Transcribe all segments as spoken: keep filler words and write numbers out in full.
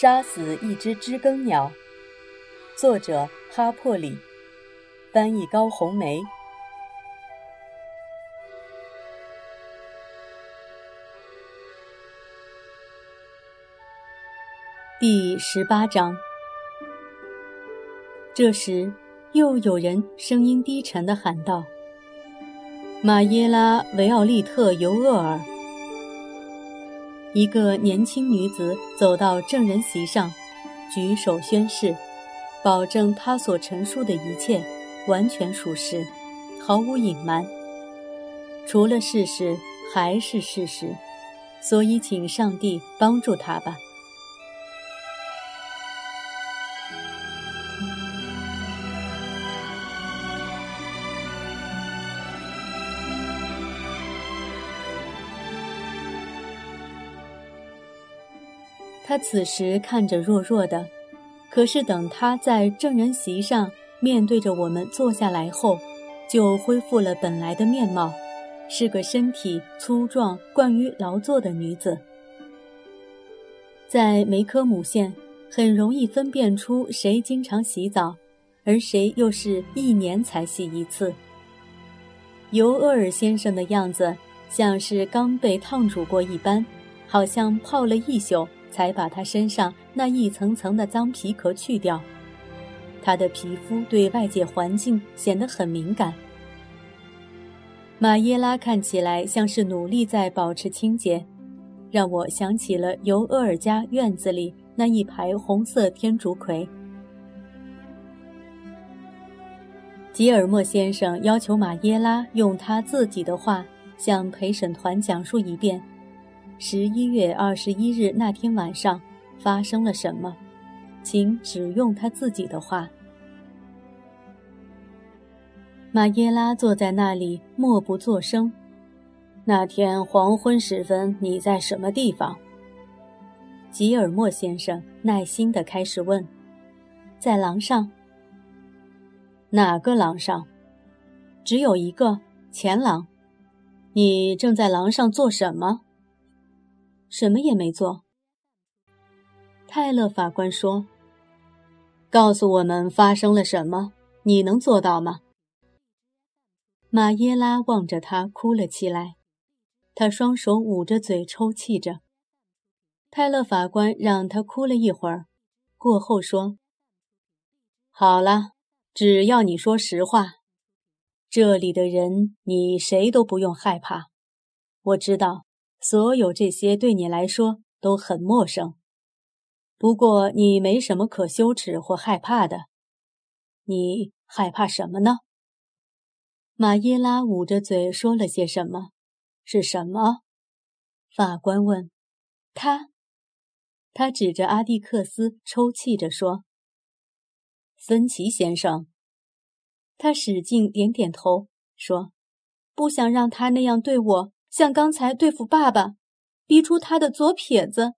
杀死一只知更鸟，作者哈珀里，翻译高红梅。第十八章。这时，又有人声音低沉地喊道：“马耶拉·维奥利特·尤厄尔。”一个年轻女子走到证人席上，举手宣誓，保证她所陈述的一切完全属实，毫无隐瞒。除了事实还是事实，所以请上帝帮助她吧。他此时看着弱弱的，可是等他在证人席上面对着我们坐下来后，就恢复了本来的面貌，是个身体粗壮、惯于劳作的女子。在梅科姆县，很容易分辨出谁经常洗澡，而谁又是一年才洗一次。尤厄尔先生的样子像是刚被烫煮过一般，好像泡了一宿才把他身上那一层层的脏皮壳去掉。他的皮肤对外界环境显得很敏感。马耶拉看起来像是努力在保持清洁，让我想起了尤厄尔家院子里那一排红色天竺葵。吉尔莫先生要求马耶拉用他自己的话向陪审团讲述一遍十一月二十一日那天晚上发生了什么，请只用他自己的话。马耶拉坐在那里默不作声。那天黄昏时分你在什么地方？吉尔莫先生耐心地开始问。在廊上。哪个廊上？只有一个，前廊。你正在廊上做什么？什么也没做。泰勒法官说：“告诉我们发生了什么，你能做到吗？”马耶拉望着他哭了起来，他双手捂着嘴抽泣着。泰勒法官让他哭了一会儿，过后说：“好了，只要你说实话，这里的人你谁都不用害怕。我知道所有这些对你来说都很陌生，不过你没什么可羞耻或害怕的。你害怕什么呢？”马耶拉捂着嘴说了些什么。是什么？法官问。他他指着阿蒂克斯抽泣着说：“芬奇先生。”他使劲点点头说：“不想让他那样对我，像刚才对付爸爸，逼出他的左撇子。”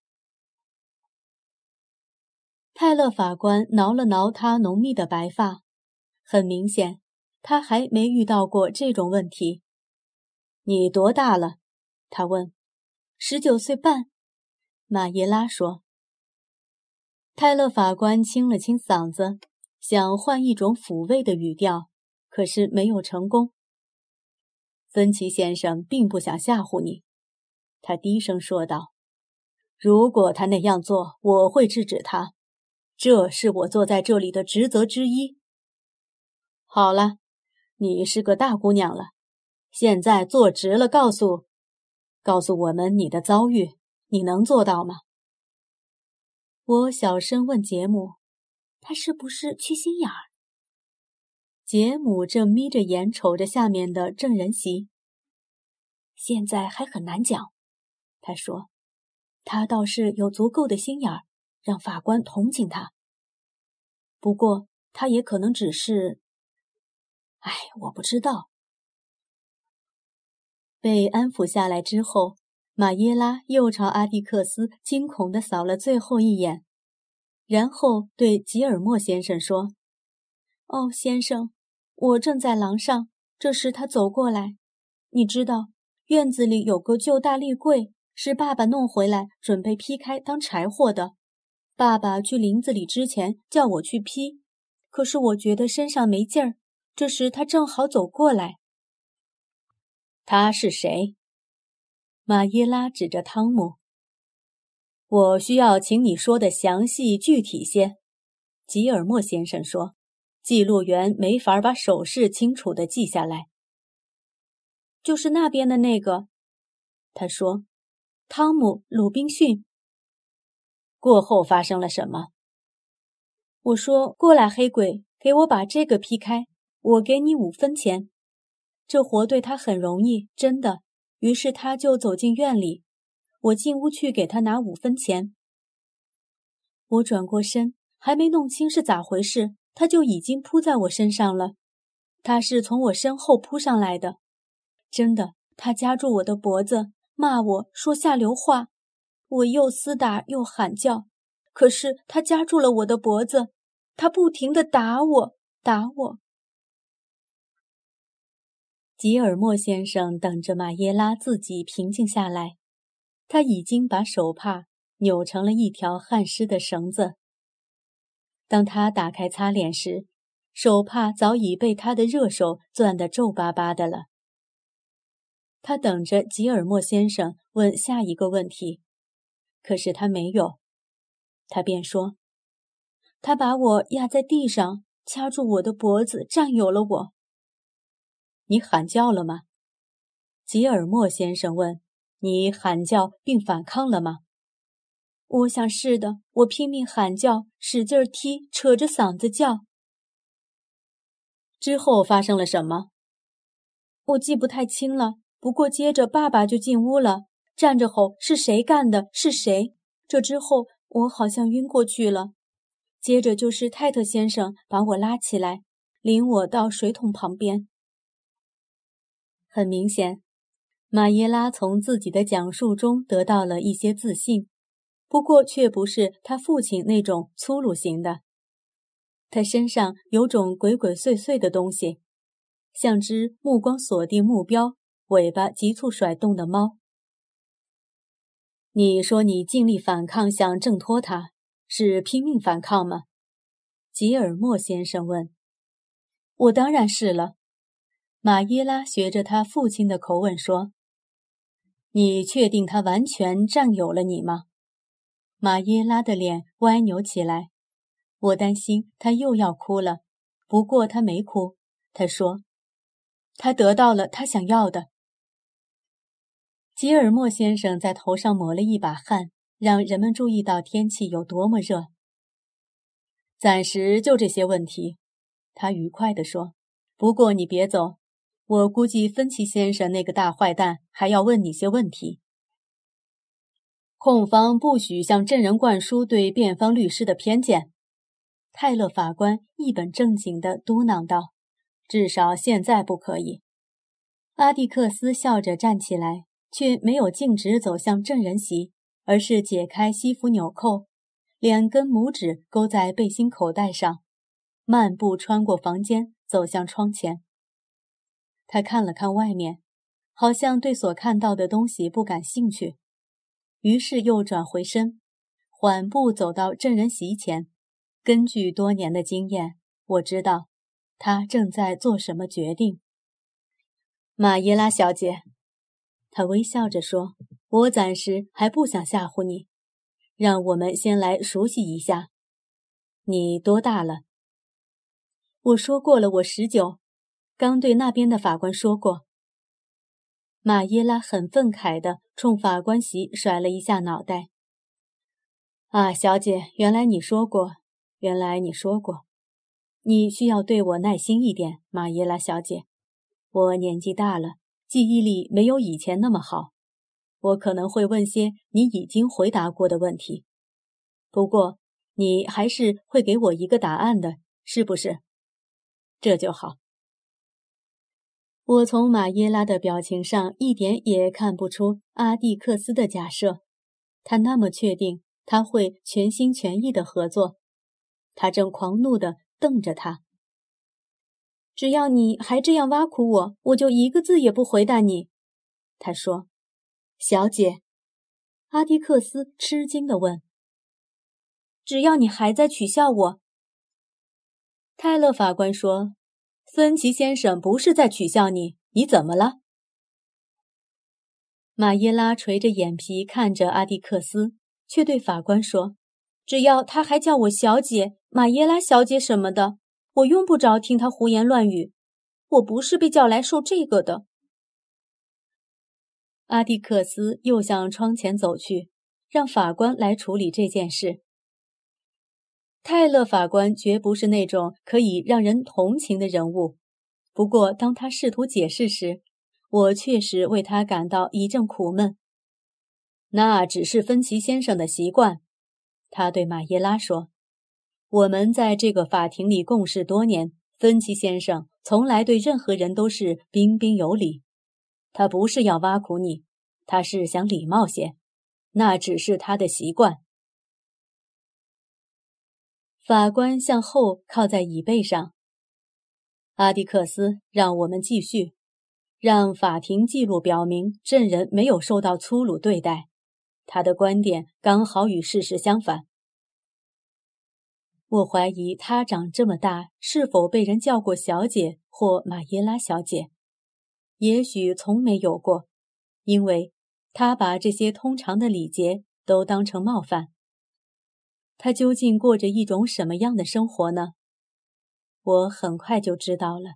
泰勒法官挠了挠他浓密的白发，很明显，他还没遇到过这种问题。你多大了？他问。十九岁半，马耶拉说。泰勒法官清了清嗓子，想换一种抚慰的语调，可是没有成功。芬奇先生并不想吓唬你，他低声说道。如果他那样做，我会制止他，这是我坐在这里的职责之一。好了，你是个大姑娘了，现在坐直了，告诉告诉我们你的遭遇，你能做到吗？我小声问杰姆，他是不是缺心眼儿？杰姆正眯着眼瞅着下面的证人席。现在还很难讲，他说，他倒是有足够的心眼儿，让法官同情他。不过他也可能只是……哎，我不知道。被安抚下来之后，马耶拉又朝阿蒂克斯惊恐地扫了最后一眼，然后对吉尔莫先生说：“哦，先生，我正在廊上，这时他走过来。你知道，院子里有个旧大立柜，是爸爸弄回来准备劈开当柴火的。 爸爸去林子里之前叫我去劈，可是我觉得身上没劲儿，这时他正好走过来。他是谁？马耶拉指着汤姆。我需要请你说的详细具体些，吉尔莫先生说，记录员没法把手势清楚地记下来。就是那边的那个，他说，汤姆·鲁滨逊。过后发生了什么？我说，过来黑鬼，给我把这个劈开，我给你五分钱。这活对他很容易，真的。于是他就走进院里，我进屋去给他拿五分钱。我转过身，还没弄清是咋回事，他就已经扑在我身上了。他是从我身后扑上来的，真的，他夹住我的脖子，骂我说下流话。我又厮打又喊叫，可是他夹住了我的脖子，他不停地打我，打我。吉尔莫先生等着马耶拉自己平静下来，他已经把手帕扭成了一条汗湿的绳子。当他打开擦脸时，手帕早已被他的热手攥得皱巴巴的了。他等着吉尔莫先生问下一个问题，可是他没有。他便说，他把我压在地上，掐住我的脖子，占有了我。你喊叫了吗？吉尔莫先生问。你喊叫并反抗了吗？我想是的，我拼命喊叫，使劲踢，扯着嗓子叫。之后发生了什么？我记不太清了，不过接着爸爸就进屋了，站着吼是谁干的，是谁。这之后我好像晕过去了，接着就是泰特先生把我拉起来，领我到水桶旁边。很明显，马耶拉从自己的讲述中得到了一些自信，不过却不是他父亲那种粗鲁型的。他身上有种鬼鬼祟祟的东西，像只目光锁定目标、尾巴急促甩动的猫。你说你尽力反抗，想挣脱他，是拼命反抗吗？吉尔莫先生问。我当然是了。马耶拉学着他父亲的口吻说。你确定他完全占有了你吗？马耶拉的脸歪扭起来。我担心他又要哭了，不过他没哭。他说，他得到了他想要的。吉尔莫先生在头上抹了一把汗，让人们注意到天气有多么热。暂时就这些问题，他愉快地说。不过你别走，我估计芬奇先生那个大坏蛋还要问你些问题。控方不许向证人灌输对辩方律师的偏见。泰勒法官一本正经地嘟囔道，至少现在不可以。阿蒂克斯笑着站起来，却没有径直走向证人席，而是解开西服纽扣，两根拇指勾在背心口袋上，漫步穿过房间，走向窗前。他看了看外面，好像对所看到的东西不感兴趣，于是又转回身，缓步走到证人席前。根据多年的经验，我知道他正在做什么决定。马耶拉小姐，他微笑着说，我暂时还不想吓唬你，让我们先来熟悉一下。你多大了？我说过了，我十九，刚对那边的法官说过。马耶拉很愤慨地冲法官席甩了一下脑袋。啊，小姐，原来你说过，原来你说过。你需要对我耐心一点，马耶拉小姐。我年纪大了，记忆力没有以前那么好，我可能会问些你已经回答过的问题。不过，你还是会给我一个答案的，是不是？这就好。我从马耶拉的表情上一点也看不出阿蒂克斯的假设，他那么确定他会全心全意地合作。他正狂怒地瞪着他。只要你还这样挖苦我，我就一个字也不回答你。他说。小姐，阿蒂克斯吃惊地问。 只要你还在取笑我。泰勒法官说，芬奇先生不是在取笑你，你怎么了？马耶拉垂着眼皮看着阿蒂克斯，却对法官说，只要他还叫我小姐、马耶拉小姐什么的，我用不着听他胡言乱语。我不是被叫来受这个的。阿蒂克斯又向窗前走去，让法官来处理这件事。泰勒法官绝不是那种可以让人同情的人物，不过当他试图解释时，我确实为他感到一阵苦闷。那只是芬奇先生的习惯，他对马耶拉说。我们在这个法庭里共事多年，芬奇先生从来对任何人都是彬彬有礼。他不是要挖苦你，他是想礼貌些，那只是他的习惯。法官向后靠在椅背上。阿蒂克斯，让我们继续，让法庭记录表明证人没有受到粗鲁对待，他的观点刚好与事实相反。我怀疑他长这么大是否被人叫过小姐或马耶拉小姐，也许从没有过，因为他把这些通常的礼节都当成冒犯。他究竟过着一种什么样的生活呢？我很快就知道了。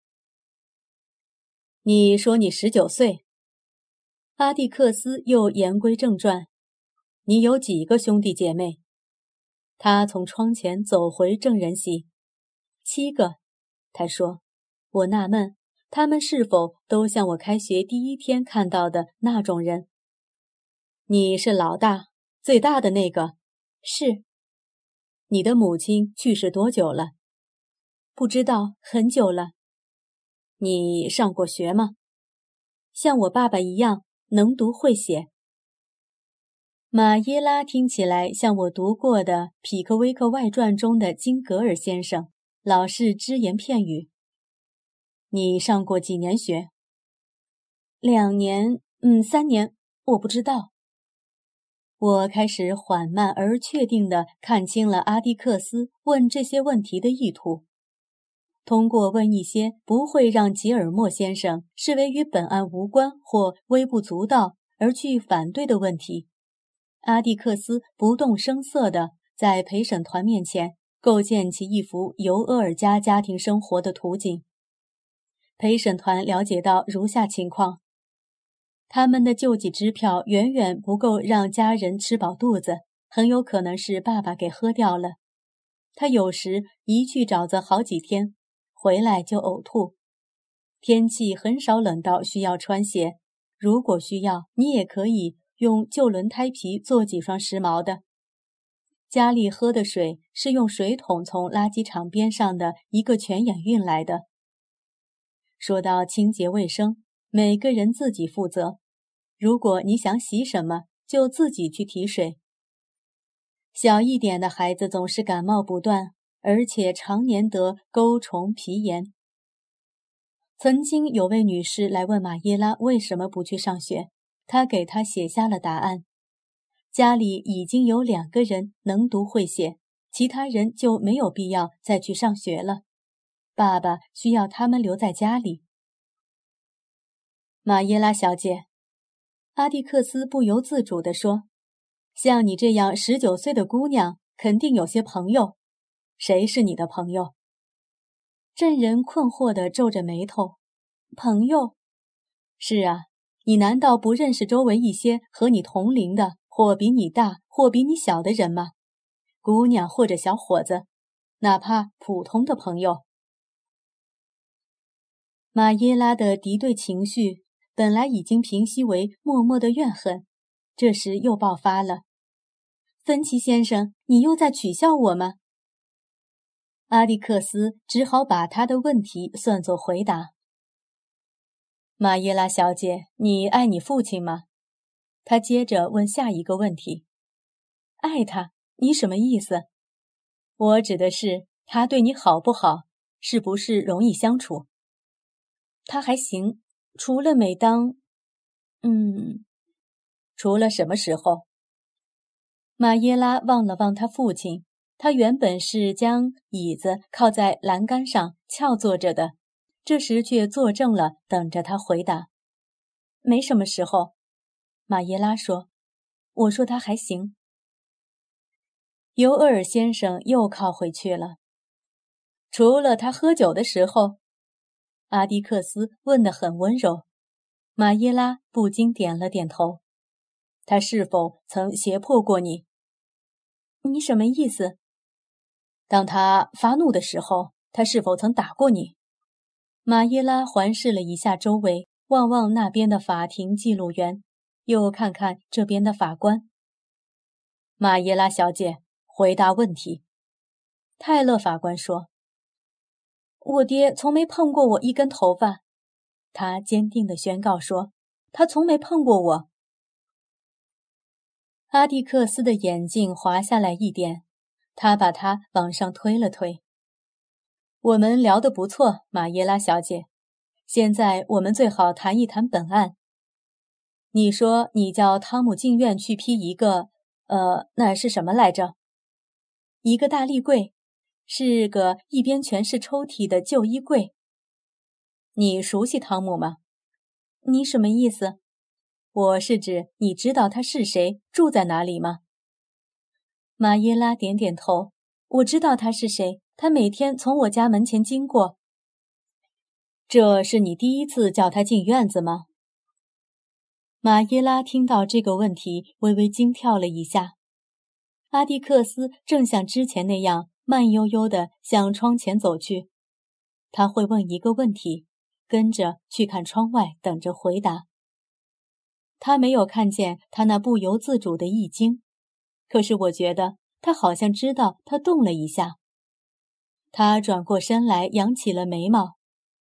你说你十九岁，阿蒂克斯又言归正传，你有几个兄弟姐妹？他从窗前走回证人席。七个，他说。我纳闷，他们是否都像我开学第一天看到的那种人？你是老大，最大的那个？是。你的母亲去世多久了？不知道，很久了。你上过学吗？像我爸爸一样，能读会写。马耶拉听起来像我读过的《匹克威克外传》中的金格尔先生，老是只言片语。你上过几年学？两年，嗯，三年，我不知道。我开始缓慢而确定地看清了阿蒂克斯问这些问题的意图。通过问一些不会让吉尔莫先生视为与本案无关或微不足道而去反对的问题，阿蒂克斯不动声色地在陪审团面前构建起一幅尤厄尔加家庭生活的图景。陪审团了解到如下情况：他们的救济支票远远不够让家人吃饱肚子，很有可能是爸爸给喝掉了。他有时一去沼泽好几天，回来就呕吐。天气很少冷到需要穿鞋，如果需要，你也可以用旧轮胎皮做几双时髦的。家里喝的水是用水桶从垃圾场边上的一个泉眼运来的。说到清洁卫生，每个人自己负责。如果你想洗什么，就自己去提水。小一点的孩子总是感冒不断，而且常年得钩虫皮炎。曾经有位女士来问马耶拉为什么不去上学，她给她写下了答案。家里已经有两个人能读会写，其他人就没有必要再去上学了。爸爸需要他们留在家里。马耶拉小姐，阿蒂克斯不由自主地说，像你这样十九岁的姑娘，肯定有些朋友。谁是你的朋友？证人困惑地皱着眉头。朋友？是啊，你难道不认识周围一些和你同龄的，或比你大，或比你小的人吗？姑娘或者小伙子，哪怕普通的朋友。马耶拉的敌对情绪本来已经平息为默默的怨恨，这时又爆发了。芬奇先生，你又在取笑我吗？阿蒂克斯只好把他的问题算作回答。马耶拉小姐，你爱你父亲吗？他接着问下一个问题。爱他？你什么意思？我指的是他对你好不好，是不是容易相处？他还行，除了每当……嗯，除了什么时候？ 马耶拉望了望他父亲，他原本是将椅子靠在栏杆上翘坐着的，这时却坐正了，等着他回答。没什么时候，马耶拉说。我说他还行。尤厄尔先生又靠回去了。除了他喝酒的时候，阿迪克斯问得很温柔。马耶拉不禁点了点头。他是否曾胁迫过你？你什么意思？当他发怒的时候，他是否曾打过你？马耶拉环视了一下周围，望望那边的法庭记录员，又看看这边的法官。马耶拉小姐，回答问题。泰勒法官说。我爹从没碰过我一根头发，他坚定地宣告说，他从没碰过我。阿蒂克斯的眼镜滑下来一点，他把它往上推了推。我们聊得不错，马耶拉小姐。现在我们最好谈一谈本案。你说你叫汤姆进院去批一个，呃，那是什么来着？一个大立柜，是个一边全是抽屉的旧衣柜。你熟悉汤姆吗？你什么意思？我是指你知道他是谁，住在哪里吗？马耶拉点点头。我知道他是谁，他每天从我家门前经过。这是你第一次叫他进院子吗？马耶拉听到这个问题，微微惊跳了一下。阿蒂克斯正像之前那样慢悠悠地向窗前走去。他会问一个问题，跟着去看窗外，等着回答。他没有看见他那不由自主的一惊，可是我觉得他好像知道他动了一下。他转过身来，扬起了眉毛。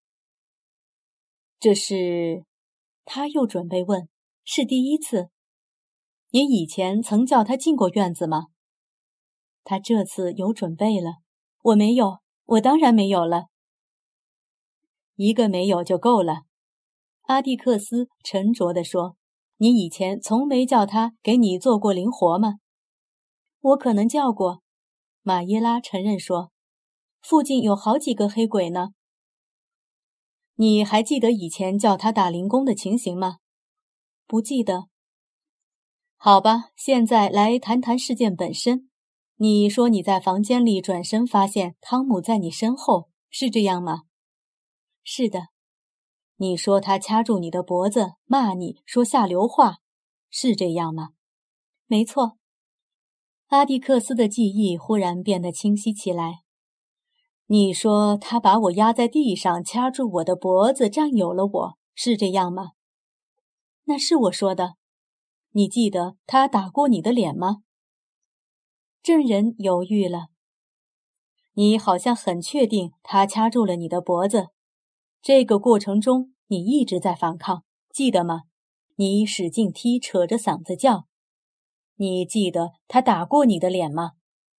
这是……他又准备问，是第一次？你以前曾叫他进过院子吗？他这次有准备了。我没有，我当然没有了。一个没有就够了。阿蒂克斯沉着地说，你以前从没叫他给你做过零活吗？我可能叫过，马耶拉承认说，附近有好几个黑鬼呢。你还记得以前叫他打零工的情形吗？不记得。好吧，现在来谈谈事件本身。你说你在房间里转身发现汤姆在你身后，是这样吗？是的。你说他掐住你的脖子，骂你，说下流话，是这样吗？没错。阿蒂克斯的记忆忽然变得清晰起来。你说他把我压在地上，掐住我的脖子，占有了我，是这样吗？那是我说的。你记得他打过你的脸吗？证人犹豫了。你好像很确定他掐住了你的脖子。这个过程中，你一直在反抗，记得吗？你使劲踢，扯着嗓子叫。你记得他打过你的脸吗？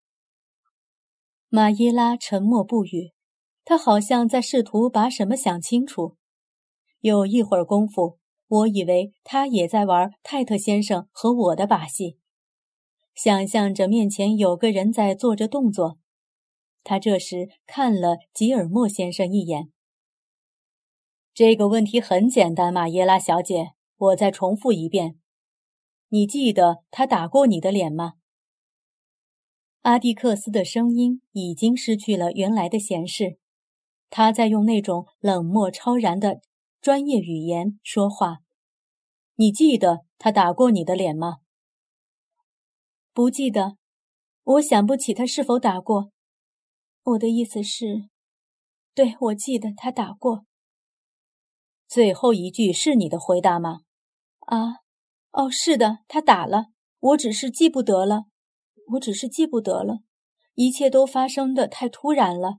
马耶拉沉默不语，他好像在试图把什么想清楚。有一会儿功夫，我以为他也在玩泰特先生和我的把戏，想象着面前有个人在做着动作。他这时看了吉尔莫先生一眼。这个问题很简单，马耶拉小姐，我再重复一遍。你记得他打过你的脸吗？阿蒂克斯的声音已经失去了原来的闲适，他在用那种冷漠超然的专业语言说话。你记得他打过你的脸吗？不记得，我想不起他是否打过。我的意思是，对，我记得他打过。最后一句是你的回答吗？啊，哦，是的，他打了，我只是记不得了。我只是记不得了，一切都发生得太突然了。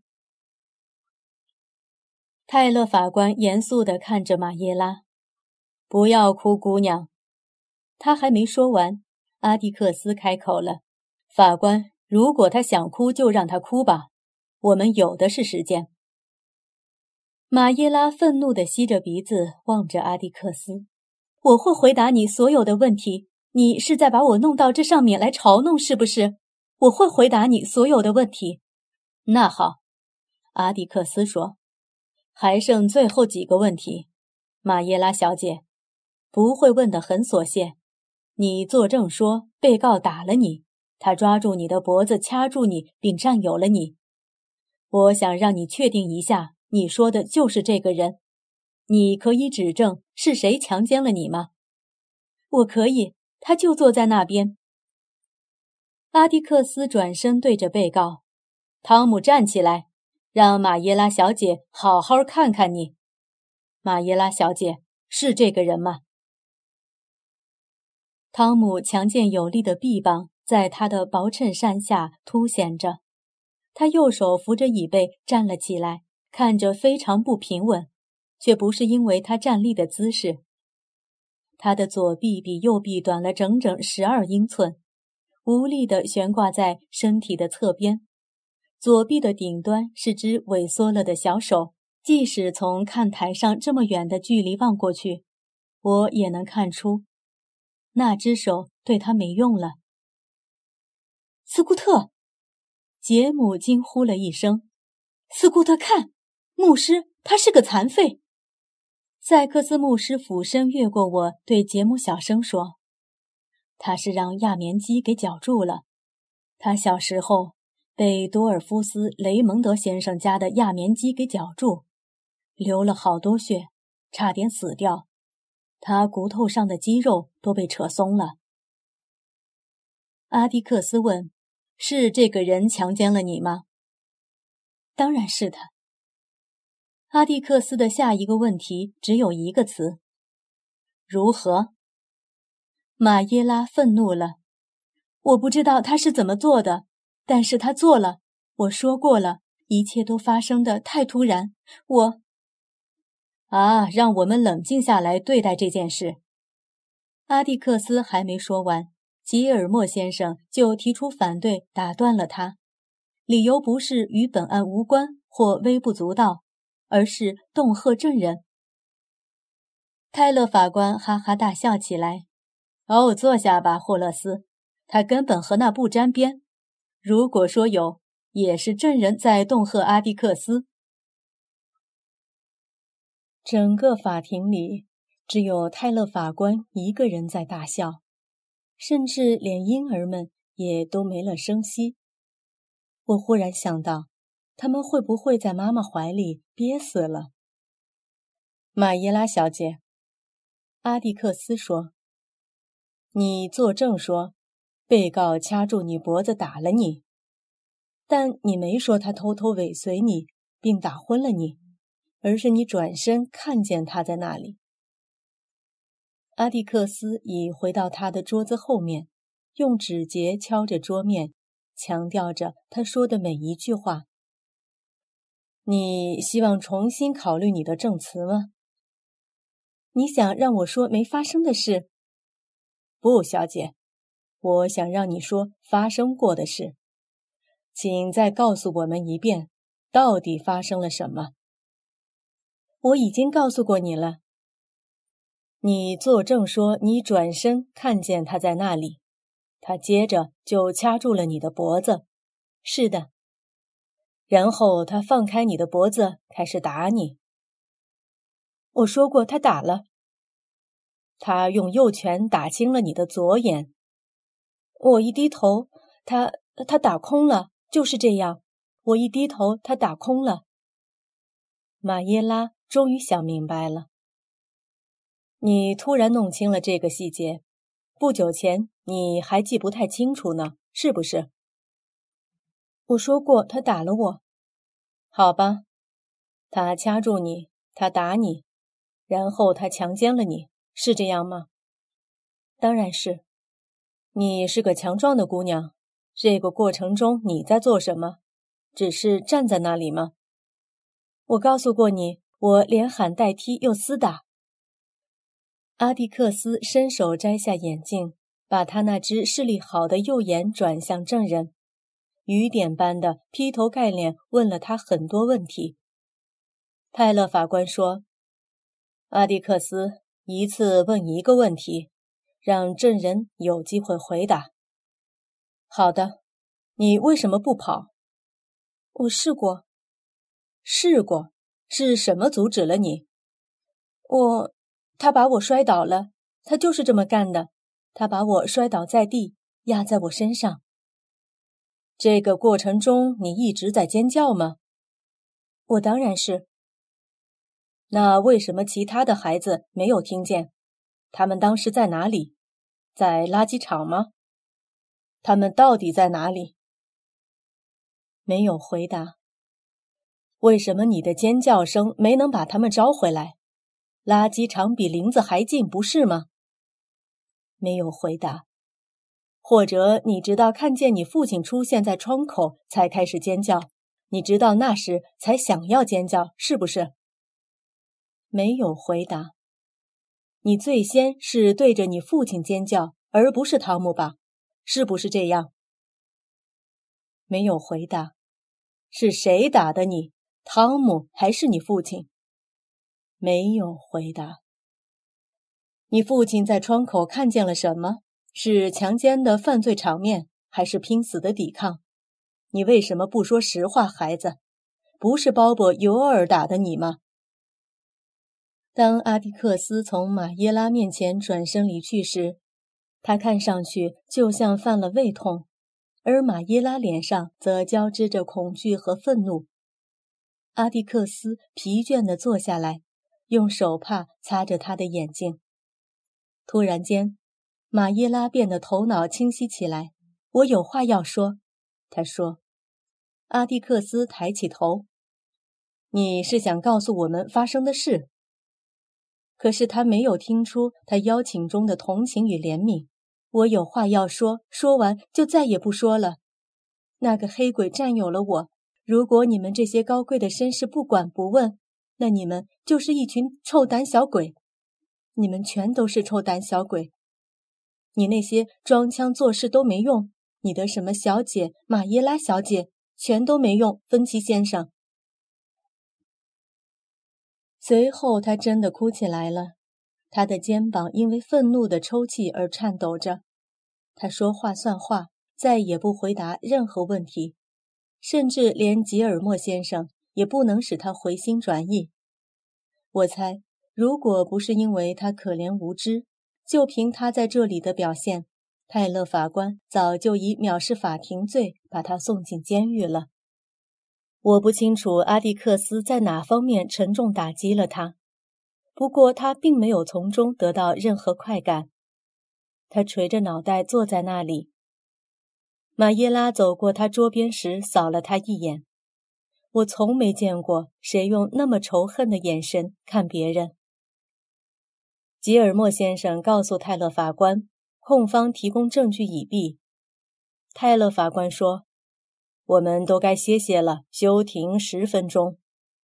泰勒法官严肃地看着马耶拉。不要哭，姑娘。他还没说完，阿蒂克斯开口了。法官，如果他想哭，就让他哭吧，我们有的是时间。马耶拉愤怒地吸着鼻子，望着阿蒂克斯。我会回答你所有的问题， 你是在把我弄到这上面来嘲弄是不是？我会回答你所有的问题。那好，阿迪克斯说，还剩最后几个问题，马耶拉小姐，不会问得很琐屑。你作证说被告打了你，他抓住你的脖子掐住你并占有了你。我想让你确定一下，你说的就是这个人。你可以指证是谁强奸了你吗？我可以，他就坐在那边。阿迪克斯转身对着被告，汤姆站起来，让马耶拉小姐好好看看你。马耶拉小姐，是这个人吗？汤姆强健有力的臂膀在他的薄衬衫下凸显着，他右手扶着椅背站了起来，看着非常不平稳，却不是因为他站立的姿势。他的左臂比右臂短了整整十二英寸，无力地悬挂在身体的侧边。左臂的顶端是只萎缩了的小手，即使从看台上这么远的距离望过去，我也能看出那只手对他没用了。斯库特！杰姆惊呼了一声。斯库特，看！牧师，他是个残废！塞克斯牧师俯身越过我，对杰姆小声说：“他是让亚棉机给绞住了。他小时候被多尔夫斯·雷蒙德先生家的亚棉机给绞住，流了好多血，差点死掉。他骨头上的肌肉都被扯松了。”阿迪克斯问：“是这个人强奸了你吗？”“当然是他。”阿蒂克斯的下一个问题只有一个词：如何？马耶拉愤怒了。我不知道他是怎么做的，但是他做了。我说过了，一切都发生得太突然。我……啊，让我们冷静下来对待这件事。阿蒂克斯还没说完，吉尔莫先生就提出反对，打断了他。理由不是与本案无关或微不足道，而是恫吓证人。泰勒法官哈哈大笑起来。哦，坐下吧，霍勒斯，他根本和那不沾边。如果说有，也是证人在恫吓阿迪克斯。整个法庭里只有泰勒法官一个人在大笑，甚至连婴儿们也都没了声息。我忽然想到，他们会不会在妈妈怀里憋死了？马耶拉小姐，阿蒂克斯说，你作证说，被告掐住你脖子打了你，但你没说他偷偷尾随你并打昏了你，而是你转身看见他在那里。阿蒂克斯已回到他的桌子后面，用指节敲着桌面，强调着他说的每一句话。你希望重新考虑你的证词吗？你想让我说没发生的事？不，小姐，我想让你说发生过的事。请再告诉我们一遍，到底发生了什么？我已经告诉过你了。你作证说你转身看见他在那里，他接着就掐住了你的脖子。是的。然后他放开你的脖子，开始打你。我说过他打了。他用右拳打青了你的左眼。我一低头，他他打空了，就是这样。我一低头，他打空了。马耶拉终于想明白了。你突然弄清了这个细节，不久前你还记不太清楚呢，是不是？我说过他打了我。好吧，他掐住你，他打你，然后他强奸了你，是这样吗？当然是。你是个强壮的姑娘，这个过程中你在做什么？只是站在那里吗？我告诉过你，我连喊带踢又厮打。阿蒂克斯伸手摘下眼镜，把他那只视力好的右眼转向证人，雨点般的劈头盖脸问了他很多问题。泰勒法官说，阿蒂克斯，一次问一个问题， 让证人有机会回答。好的，你为什么不跑？ 我试过。 试过？是什么阻止了你？ 我……他把我摔倒了，他就是这么干的。他把我摔倒在地，压在我身上。 这个过程中你一直在尖叫吗？ 我当然是。 那为什么其他的孩子没有听见？他们当时在哪里？在垃圾场吗？他们到底在哪里？ 没有回答。 为什么你的尖叫声没能把他们招回来？垃圾场比林子还近，不是吗？ 没有回答。 或者你直到看见你父亲出现在窗口才开始尖叫，你直到那时才想要尖叫，是不是？ 没有回答。 你最先是对着你父亲尖叫，而不是汤姆吧？是不是这样？ 没有回答。 是谁打的你？汤姆还是你父亲？ 没有回答。 你父亲在窗口看见了什么？是强奸的犯罪场面，还是拼死的抵抗？你为什么不说实话，孩子？不是鲍勃·尤尔打的你吗？ 当阿迪克斯从马耶拉面前转身离去时，他看上去就像犯了胃痛，而马耶拉脸上则交织着恐惧和愤怒。阿迪克斯疲倦地坐下来，用手帕擦着他的眼睛。突然间，马耶拉变得头脑清晰起来。我有话要说，他说。阿蒂克斯抬起头。 你是想告诉我们发生的事？ 可是他没有听出他邀请中的同情与怜悯。我有话要说，说完就再也不说了。那个黑鬼占有了我，如果你们这些高贵的绅士不管不问，那你们就是一群臭胆小鬼。你们全都是臭胆小鬼。你那些装腔作势都没用，你的什么小姐、马耶拉小姐，全都没用，芬奇先生。随后他真的哭起来了，他的肩膀因为愤怒的抽泣而颤抖着。他说话算话，再也不回答任何问题，甚至连吉尔莫先生也不能使他回心转意。我猜，如果不是因为他可怜无知，就凭他在这里的表现，泰勒法官早就以藐视法庭罪把他送进监狱了。我不清楚阿蒂克斯在哪方面沉重打击了他，不过他并没有从中得到任何快感。他垂着脑袋坐在那里。马耶拉走过他桌边时扫了他一眼。我从没见过谁用那么仇恨的眼神看别人。吉尔莫先生告诉泰勒法官，控方提供证据已毕。泰勒法官说，我们都该歇歇了，休庭十分钟。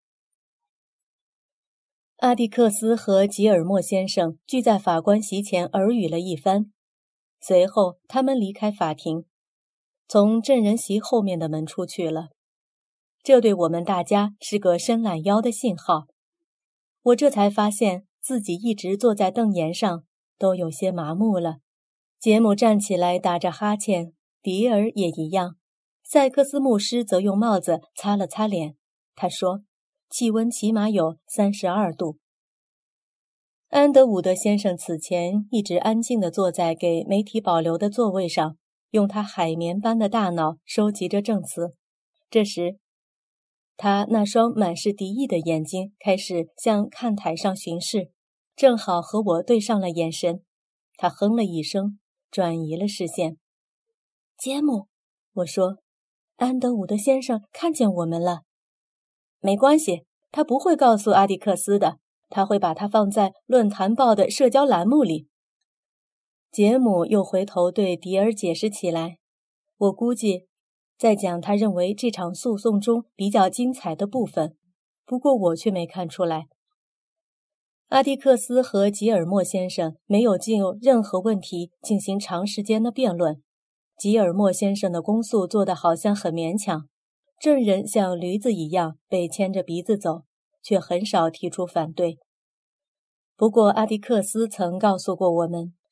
阿蒂克斯和吉尔莫先生聚在法官席前耳语了一番，随后他们离开法庭，从证人席后面的门出去了。这对我们大家是个伸懒腰的信号。我这才发现自己一直坐在凳沿上，都有些麻木了。杰姆站起来打着哈欠，迪尔也一样。塞克斯牧师则用帽子擦了擦脸，他说，气温起码有三十二度。安德伍德先生此前一直安静地坐在给媒体保留的座位上，用他海绵般的大脑收集着证词。这时，他那双满是敌意的眼睛开始向看台上巡视，正好和我对上了眼神。他哼了一声，转移了视线。杰姆，我说，安德伍德先生看见我们了。没关系，他不会告诉阿蒂克斯的，他会把它放在论坛报的社交栏目里。杰姆又回头对迪尔解释起来，我估计在讲他认为这场诉讼中比较精彩的部分，不过我却没看出来。阿蒂克斯和吉尔莫先生没有就任何问题进行长时间的辩论。吉尔莫先生的公诉做得好像很勉强，证人像驴子一样被牵着鼻子走，却很少提出反对。不过阿迪克斯曾告诉过我们，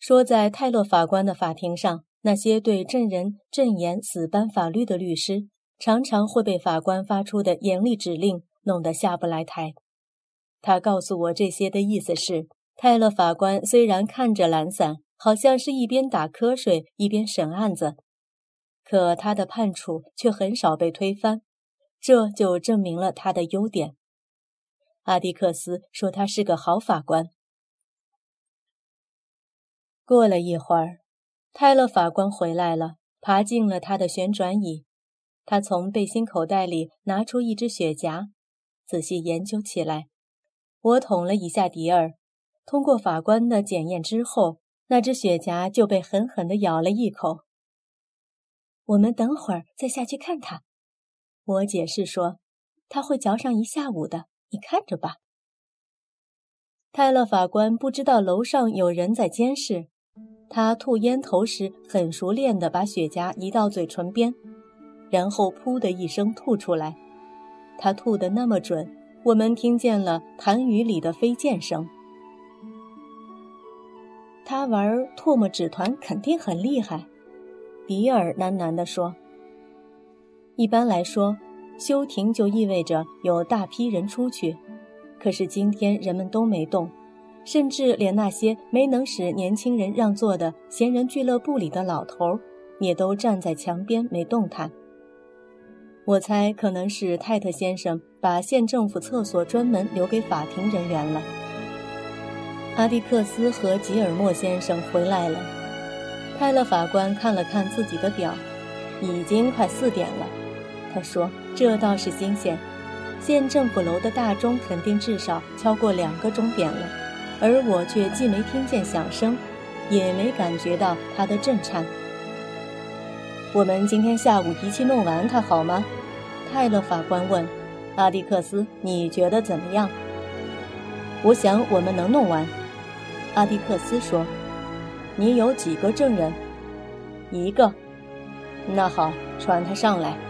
说在泰勒法官的法庭上，那些对证人证言死搬法律的律师，常常会被法官发出的严厉指令弄得下不来台。他告诉我这些的意思是，泰勒法官虽然看着懒散，好像是一边打瞌睡一边审案子，可他的判处却很少被推翻，这就证明了他的优点。阿迪克斯说他是个好法官。过了一会儿，泰勒法官回来了，爬进了他的旋转椅。他从背心口袋里拿出一只雪茄，仔细研究起来。我捅了一下迪尔，通过法官的检验之后，那只雪茄就被狠狠地咬了一口。我们等会儿再下去看他，我解释说，他会嚼上一下午的，你看着吧。泰勒法官不知道楼上有人在监视，他吐烟头时很熟练地把雪茄移到嘴唇边，然后噗的一声吐出来。他吐得那么准，我们听见了痰盂里的飞溅声。他玩唾沫纸团肯定很厉害，迪尔喃喃地说。一般来说，休庭就意味着有大批人出去，可是今天人们都没动，甚至连那些没能使年轻人让座的闲人俱乐部里的老头也都站在墙边没动弹。我猜可能是泰特先生把县政府厕所专门留给法庭人员了。阿迪克斯和吉尔莫先生回来了。泰勒法官看了看自己的表，已经快四点了。他说，这倒是新鲜，县政府楼的大钟肯定至少敲过两个钟点了，而我却既没听见响声，也没感觉到它的震颤。我们今天下午一气弄完它好吗？泰勒法官问。阿迪克斯，你觉得怎么样？我想我们能弄完。阿迪克斯说。你有几个证人？一个。那好，传他上来。